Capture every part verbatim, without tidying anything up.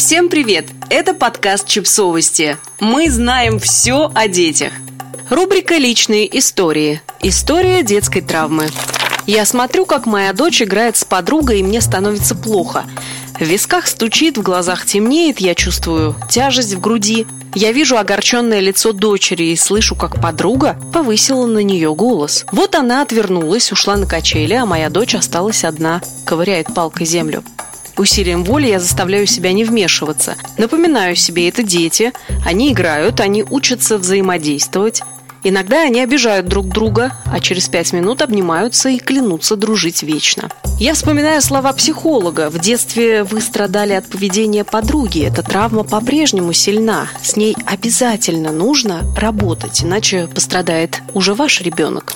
Всем привет! Это подкаст «Чипсовости». Мы знаем все о детях. Рубрика «Личные истории». История детской травмы. Я смотрю, как моя дочь играет с подругой, и мне становится плохо. В висках стучит, в глазах темнеет, я чувствую тяжесть в груди. Я вижу огорченное лицо дочери и слышу, как подруга повысила на нее голос. Вот она отвернулась, ушла на качели, а моя дочь осталась одна, ковыряет палкой землю. Усилием воли я заставляю себя не вмешиваться. Напоминаю себе, это дети, они играют, они учатся взаимодействовать. Иногда они обижают друг друга, а через пять минут обнимаются и клянутся дружить вечно. Я вспоминаю слова психолога. В детстве вы страдали от поведения подруги. Эта травма по-прежнему сильна. С ней обязательно нужно работать, иначе пострадает уже ваш ребенок.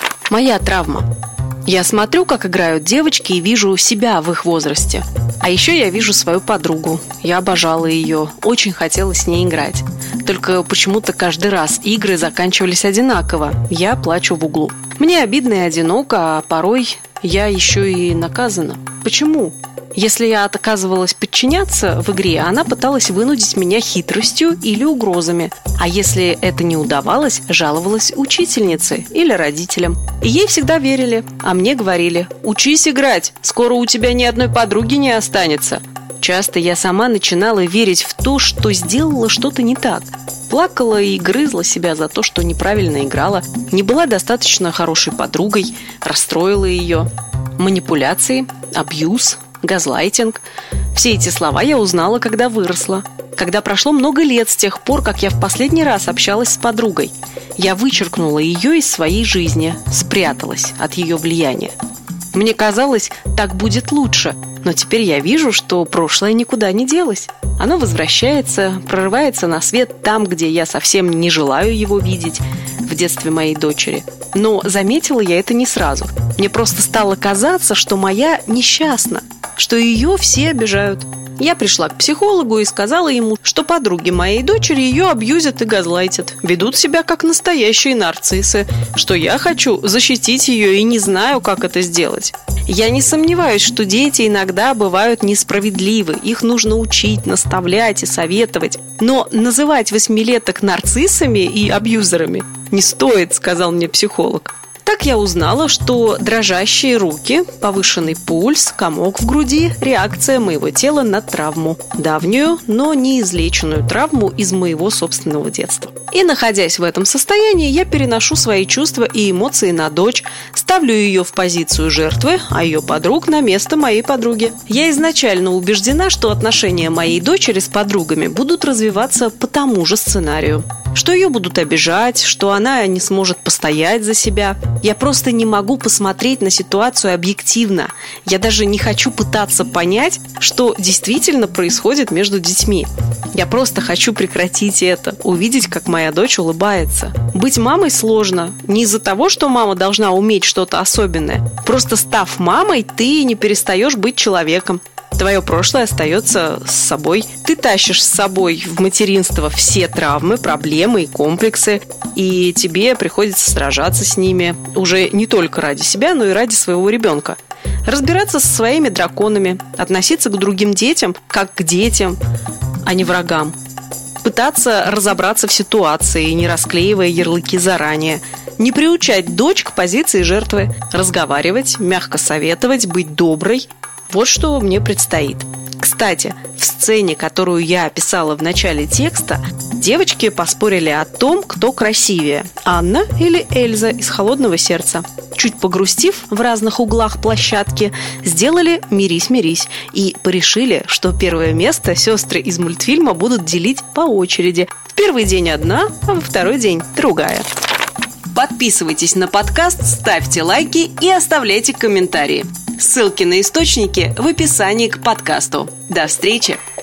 Моя травма. Я смотрю, как играют девочки, и вижу себя в их возрасте. А еще я вижу свою подругу. Я обожала ее, очень хотела с ней играть. Только почему-то каждый раз игры заканчивались одинаково. Я плачу в углу. Мне обидно и одиноко, а порой я еще и наказана. Почему? Если я отказывалась подчиняться в игре, она пыталась вынудить меня хитростью или угрозами. А если это не удавалось, жаловалась учительнице или родителям. И ей всегда верили, а мне говорили: «Учись играть, скоро у тебя ни одной подруги не останется». Часто я сама начинала верить в то, что сделала что-то не так. Плакала и грызла себя за то, что неправильно играла, не была достаточно хорошей подругой, расстроила ее. Манипуляции, абьюз, газлайтинг. Все эти слова я узнала, когда выросла. Когда прошло много лет с тех пор, как я в последний раз общалась с подругой. Я вычеркнула ее из своей жизни, спряталась от ее влияния. Мне казалось, так будет лучше, но теперь я вижу, что прошлое никуда не делось. Оно возвращается, прорывается на свет там, где я совсем не желаю его видеть, в детстве моей дочери. Но заметила я это не сразу. Мне просто стало казаться, что моя несчастна, что ее все обижают. Я пришла к психологу и сказала ему, что подруги моей дочери ее абьюзят и газлайтят, ведут себя как настоящие нарциссы, что я хочу защитить ее и не знаю, как это сделать. Я не сомневаюсь, что дети иногда бывают несправедливы, их нужно учить, наставлять и советовать. Но называть восьмилеток нарциссами и абьюзерами не стоит, сказал мне психолог. Так я узнала, что дрожащие руки, повышенный пульс, комок в груди – реакция моего тела на травму. Давнюю, но неизлеченную травму из моего собственного детства. И, находясь в этом состоянии, я переношу свои чувства и эмоции на дочь, ставлю ее в позицию жертвы, а ее подруг на место моей подруги. Я изначально убеждена, что отношения моей дочери с подругами будут развиваться по тому же сценарию. Что ее будут обижать, что она не сможет постоять за себя. Я просто не могу посмотреть на ситуацию объективно. Я даже не хочу пытаться понять, что действительно происходит между детьми. Я просто хочу прекратить это, увидеть, как моя дочь улыбается. Быть мамой сложно. Не из-за того, что мама должна уметь что-то особенное. Просто став мамой, ты не перестаешь быть человеком. Твое прошлое остается с собой. Ты тащишь с собой в материнство все травмы, проблемы и комплексы, и тебе приходится сражаться с ними уже не только ради себя, но и ради своего ребенка. Разбираться со своими драконами, относиться к другим детям как к детям, а не врагам. Пытаться разобраться в ситуации, не расклеивая ярлыки заранее. Не приучать дочь к позиции жертвы. Разговаривать, мягко советовать, быть доброй. Вот что мне предстоит. Кстати, в сцене, которую я описала в начале текста, девочки поспорили о том, кто красивее – Анна или Эльза из «Холодного сердца». Чуть погрустив в разных углах площадки, сделали «Мирись-мирись» и порешили, что первое место сестры из мультфильма будут делить по очереди. В первый день одна, а во второй день другая. Подписывайтесь на подкаст, ставьте лайки и оставляйте комментарии. Ссылки на источники в описании к подкасту. До встречи!